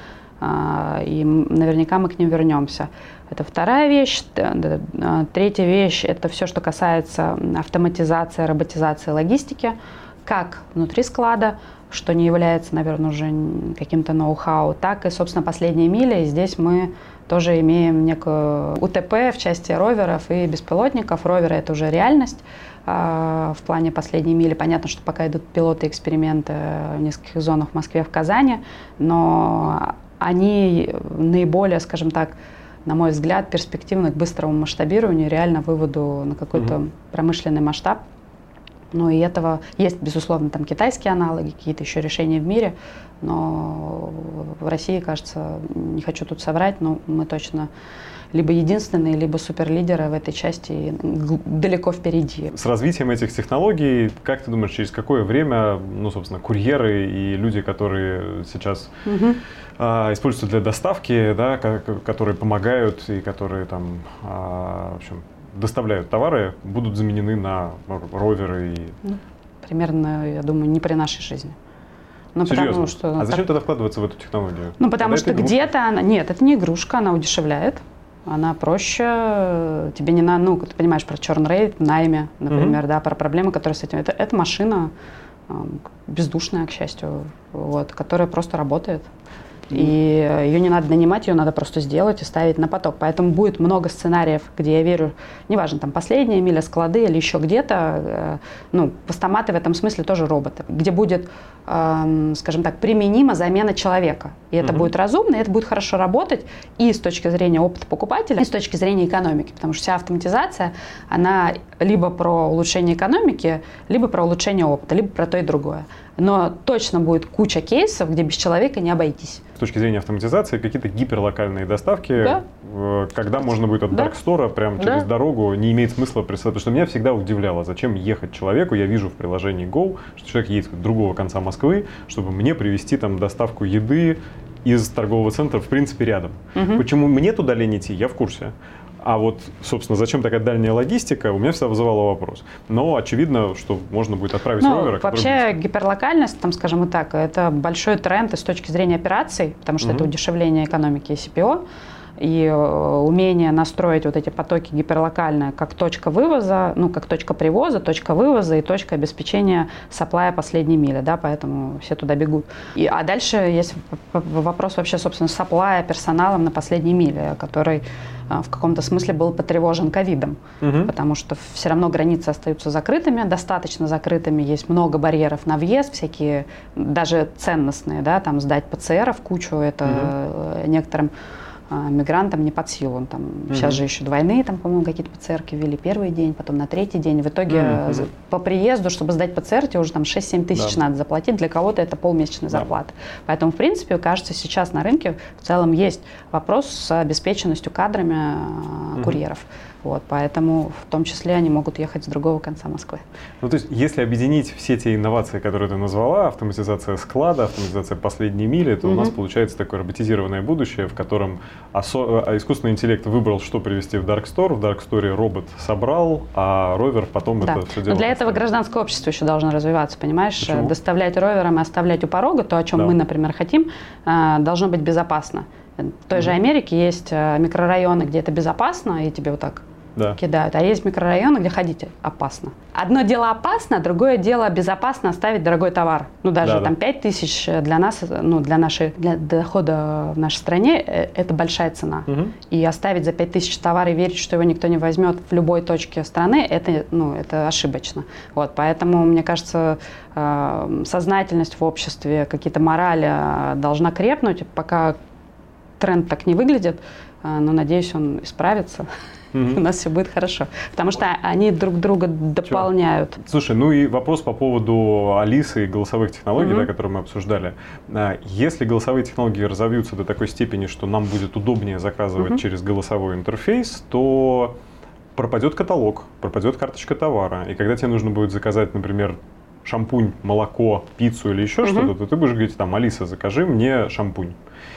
и наверняка мы к ним вернемся. Это вторая вещь. Третья вещь – это все, что касается автоматизации, роботизации логистики, как внутри склада, что не является, наверное, уже каким-то ноу-хау, так и, собственно, последняя миля. И здесь мы тоже имеем некую УТП в части роверов и беспилотников. Роверы — это уже реальность. В плане последней мили понятно, что пока идут пилоты, эксперименты в нескольких зонах в Москве, в Казани, но они наиболее, скажем так, на мой взгляд, перспективны к быстрому масштабированию, реально выводу на какой-то промышленный масштаб. Ну и этого есть, безусловно, там китайские аналоги, какие-то еще решения в мире, но в России, кажется, не хочу тут соврать, но мы точно либо единственные, либо суперлидеры в этой части, далеко впереди. С развитием этих технологий, как ты думаешь, через какое время, ну, собственно, курьеры и люди, которые сейчас используются для доставки, да, которые помогают и которые там, в общем, доставляют товары, будут заменены на роверы? Примерно, я думаю, не при нашей жизни. Ну, серьезно? Что, а зачем тогда вкладываться в эту технологию? Ну, потому что где-то она... Нет, это не игрушка, она удешевляет. Она проще. Тебе не надо... Ну, ты понимаешь про churn rate в найме, например, да, про проблемы, которые с этим... Это машина бездушная, к счастью, вот, которая просто работает. И ее не надо нанимать, ее надо просто сделать и ставить на поток. Поэтому будет много сценариев, где я верю, неважно, там последняя миля, склады или еще где-то, ну, постаматы в этом смысле тоже роботы, где будет, скажем так, применима замена человека. И это будет разумно, и это будет хорошо работать и с точки зрения опыта покупателя, и с точки зрения экономики. Потому что вся автоматизация, она либо про улучшение экономики, либо про улучшение опыта, либо про то и другое. Но точно будет куча кейсов, где без человека не обойтись. С точки зрения автоматизации, какие-то гиперлокальные доставки, да, когда можно будет от Даркстора прямо через дорогу, не имеет смысла представить. Потому что меня всегда удивляло, зачем ехать человеку. Я вижу в приложении Go, что человек едет с другого конца Москвы, чтобы мне привезти там доставку еды из торгового центра, в принципе, рядом. Почему мне туда лень идти, я в курсе. А вот, собственно, зачем такая дальняя логистика, у меня всегда вызывало вопрос. Но очевидно, что можно будет отправить ровера. Вообще гиперлокальность, там, скажем так, это большой тренд и с точки зрения операций, потому что это удешевление экономики и CPO. И умение настроить вот эти потоки гиперлокально как точка вывоза, ну, как точка привоза, точка вывоза и точка обеспечения сапплая последней мили, да, поэтому все туда бегут. А дальше есть вопрос вообще, собственно, сапплая персоналом на последней миле, который в каком-то смысле был потревожен ковидом, потому что все равно границы остаются закрытыми, достаточно закрытыми, есть много барьеров на въезд, всякие, даже ценностные, да, там сдать ПЦР в кучу, это некоторым мигрантам не под силу. Там, сейчас же еще двойные, там, по-моему, какие-то ПЦРки ввели первый день, потом на третий день. В итоге по приезду, чтобы сдать ПЦР, тебе уже там 6-7 тысяч надо заплатить. Для кого-то это полмесячной зарплаты. Поэтому, в принципе, кажется, сейчас на рынке в целом есть вопрос с обеспеченностью кадрами курьеров. Вот, поэтому в том числе они могут ехать с другого конца Москвы. Ну, то есть, если объединить все те инновации, которые ты назвала, автоматизация склада, автоматизация последней мили, то у нас получается такое роботизированное будущее, в котором искусственный интеллект выбрал, что привезти в Даркстор, в Дарксторе робот собрал, а ровер потом это все делает. Но для этого гражданское общество еще должно развиваться, понимаешь? Почему? Доставлять ровером и оставлять у порога, то, о чем мы, например, хотим, должно быть безопасно. В той же Америке есть микрорайоны, где это безопасно, и тебе вот так кидают. А есть микрорайоны, где ходить опасно. Одно дело опасно, другое дело безопасно оставить дорогой товар. Ну, даже там 5 тысяч для нас, ну, для дохода в нашей стране, это большая цена. И оставить за 5 тысяч товар и верить, что его никто не возьмет в любой точке страны, это ошибочно. Вот, поэтому, мне кажется, сознательность в обществе, какие-то морали должна крепнуть, пока тренд так не выглядит, но, надеюсь, он исправится. У нас все будет хорошо. Потому что они друг друга дополняют. Слушай, ну и вопрос по поводу Алисы и голосовых технологий, которые мы обсуждали. Если голосовые технологии разовьются до такой степени, что нам будет удобнее заказывать через голосовой интерфейс, то пропадет каталог, пропадет карточка товара. И когда тебе нужно будет заказать, например, шампунь, молоко, пиццу или еще что-то, то ты будешь говорить, там, Алиса, закажи мне шампунь.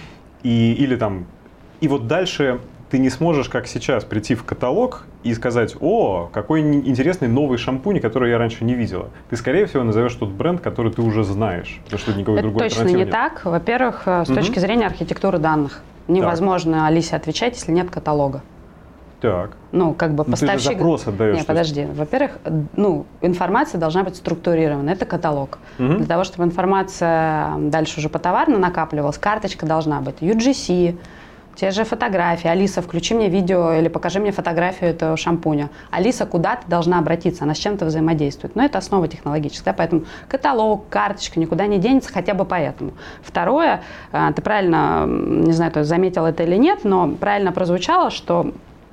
И вот дальше ты не сможешь, как сейчас, прийти в каталог и сказать: о, какой интересный новый шампунь, который я раньше не видела. Ты, скорее всего, назовешь тот бренд, который ты уже знаешь, потому что никакой другой альтернативы нет. Это точно не так. Во-первых, с точки зрения архитектуры данных. Невозможно Алисе отвечать, если нет каталога. Так. Ну, как бы поставщик... Ты же запрос отдаешь. Нет, подожди. Во-первых, информация должна быть структурирована. Это каталог. Для того, чтобы информация дальше уже потоварно накапливалась, карточка должна быть. UGC, те же фотографии. Алиса, включи мне видео или покажи мне фотографию этого шампуня. Алиса куда ты должна обратиться, она с чем-то взаимодействует. Но это основа технологическая, поэтому каталог, карточка никуда не денется, хотя бы поэтому. Второе, ты правильно, не знаю, ты заметил это или нет, но правильно прозвучало, что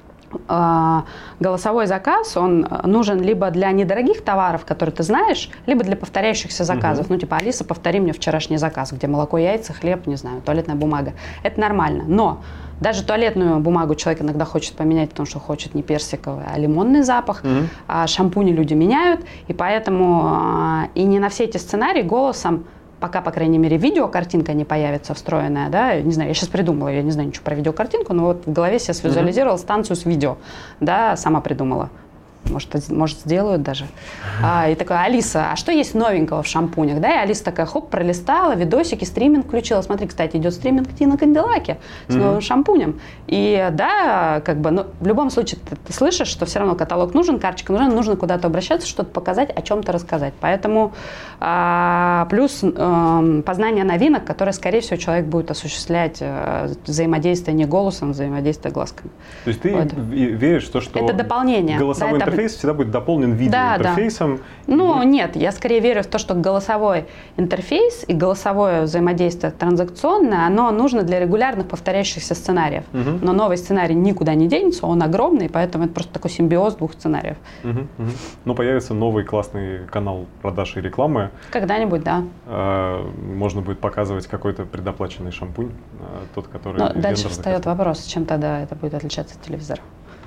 голосовой заказ, он нужен либо для недорогих товаров, которые ты знаешь, либо для повторяющихся заказов. Ну, типа, Алиса, повтори мне вчерашний заказ, где молоко, яйца, хлеб, не знаю, туалетная бумага. Это нормально. Но даже туалетную бумагу человек иногда хочет поменять, потому что хочет не персиковый, а лимонный запах. А шампуни люди меняют. И поэтому и не на все эти сценарии голосом, пока, по крайней мере, видеокартинка не появится встроенная, да, не знаю, я сейчас придумала, я не знаю ничего про видеокартинку, но вот в голове себе свизуализировала станцию с видео, да, сама придумала. Может, сделают даже. И такая: Алиса, а что есть новенького в шампунях? Да, и Алиса такая, хоп, пролистала, видосики, стриминг включила. Смотри, кстати, идет стриминг Тина Канделаки с новым шампунем. И да, как бы, ну, в любом случае ты слышишь, что все равно каталог нужен, карточка нужна, нужно куда-то обращаться, что-то показать, о чем-то рассказать. Поэтому плюс познание новинок, которые, скорее всего, человек будет осуществлять взаимодействие не голосом, а взаимодействие глазками. То есть ты веришь в то, что это дополнение. Голосовой интерфейс всегда будет дополнен видеоинтерфейсом? Да. Ну, нет, я скорее верю в то, что голосовой интерфейс и голосовое взаимодействие транзакционное, оно нужно для регулярных повторяющихся сценариев. Но новый сценарий никуда не денется, он огромный, поэтому это просто такой симбиоз двух сценариев. Но появится новый классный канал продаж и рекламы. Когда-нибудь, да. Можно будет показывать какой-то предоплаченный шампунь, тот, который... Но дальше встает вопрос, чем тогда это будет отличаться от телевизора.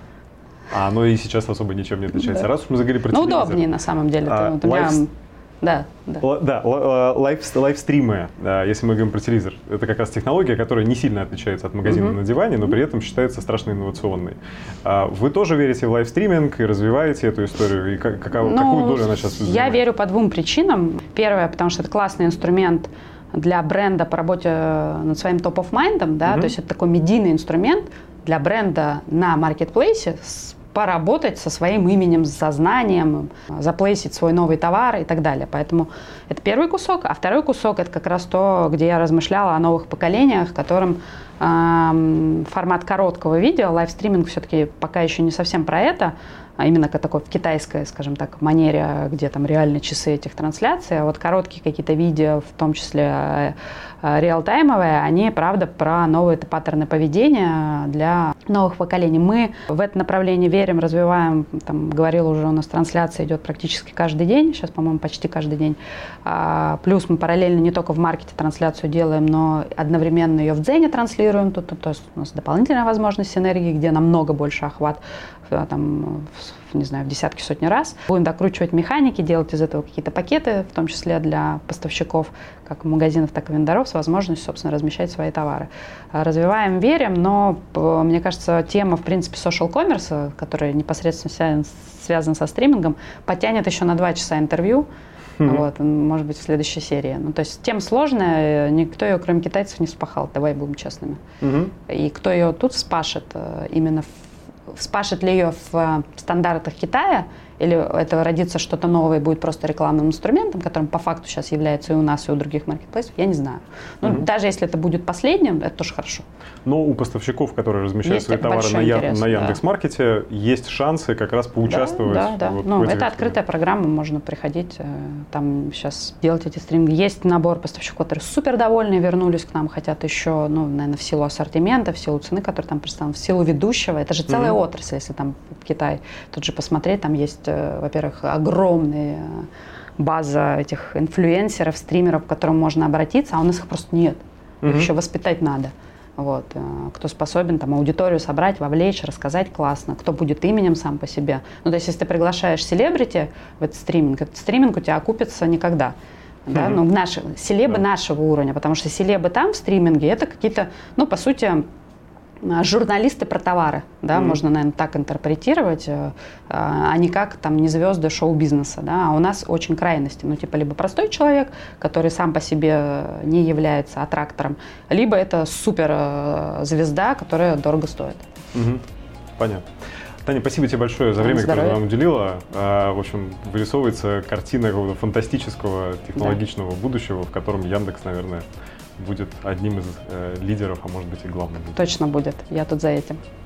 Ну и сейчас особо ничем не отличается. Да. Раз уж мы заговорили про телевизор. Удобнее на самом деле. Лайвстримы, если мы говорим про телевизор, это как раз технология, которая не сильно отличается от магазина на диване, но при этом считается страшно инновационной. Вы тоже верите в лайвстриминг и развиваете эту историю? И какую долю она сейчас занимает? Я верю по двум причинам. Первое, потому что это классный инструмент для бренда по работе над своим топ-оф-майндом, да, то есть это такой медийный инструмент для бренда на маркетплейсе поработать со своим именем, с сознанием, заплейсить свой новый товар и так далее. Поэтому это первый кусок. А второй кусок – это как раз то, где я размышляла о новых поколениях, которым формат короткого видео, лайвстриминг все-таки пока еще не совсем про это, а именно такой в китайской, скажем так, манере, где там реально часы этих трансляций, а вот короткие какие-то видео, в том числе реалтаймовые, они, правда, про новые паттерны поведения для новых поколений. Мы в это направление верим, развиваем, там, говорила уже, у нас трансляция идет практически каждый день, сейчас, по-моему, почти каждый день. Плюс мы параллельно не только в маркете трансляцию делаем, но одновременно ее в Дзене транслируем, то есть у нас дополнительная возможность синергии, где намного больше охват, там, не знаю, в десятки, сотни раз. Будем докручивать механики, делать из этого какие-то пакеты, в том числе для поставщиков, как магазинов, так и вендоров, с возможностью, собственно, размещать свои товары. Развиваем, верим, но, мне кажется, тема, в принципе, social commerce, которая непосредственно связана со стримингом, потянет еще на 2 часа интервью. Вот, может быть, в следующей серии. Ну, то есть тема сложная, никто ее, кроме китайцев, не вспахал, давай будем честными. И кто ее тут вспашет, именно вспашет ли ее в стандартах Китая, или это родится что-то новое и будет просто рекламным инструментом, которым по факту сейчас является и у нас, и у других маркетплейсов, я не знаю. Ну, даже если это будет последним, это тоже хорошо. Но у поставщиков, которые размещают свои товары на Яндекс.Маркете, есть шансы как раз поучаствовать. Да. Вот это открытая программа, можно приходить, там сейчас делать эти стриминги. Есть набор поставщиков, которые супер довольны, вернулись к нам, хотят еще, наверное, в силу ассортимента, в силу цены, которая там представлена, в силу ведущего. Это же целая отрасль, если там в Китай тут же посмотреть, там есть, во-первых, огромная база этих инфлюенсеров, стримеров, к которым можно обратиться, а у нас их просто нет. Их еще воспитать надо. Вот. Кто способен там аудиторию собрать, вовлечь, рассказать классно, кто будет именем сам по себе. Ну, то есть, если ты приглашаешь селебрити в этот стриминг у тебя окупится никогда. Да? Ну, селебы нашего уровня, потому что селебы там в стриминге это какие-то, по сути, журналисты про товары, да, можно, наверное, так интерпретировать, а не как там не звезды шоу-бизнеса, да, а у нас очень крайности, либо простой человек, который сам по себе не является аттрактором, либо это суперзвезда, которая дорого стоит. Понятно. Таня, спасибо тебе большое за время, которое ты нам уделила. В общем, вырисовывается картина какого-то фантастического технологичного будущего, в котором Яндекс, наверное, будет одним из лидеров, а может быть и главным. Точно будет. Я тут за этим.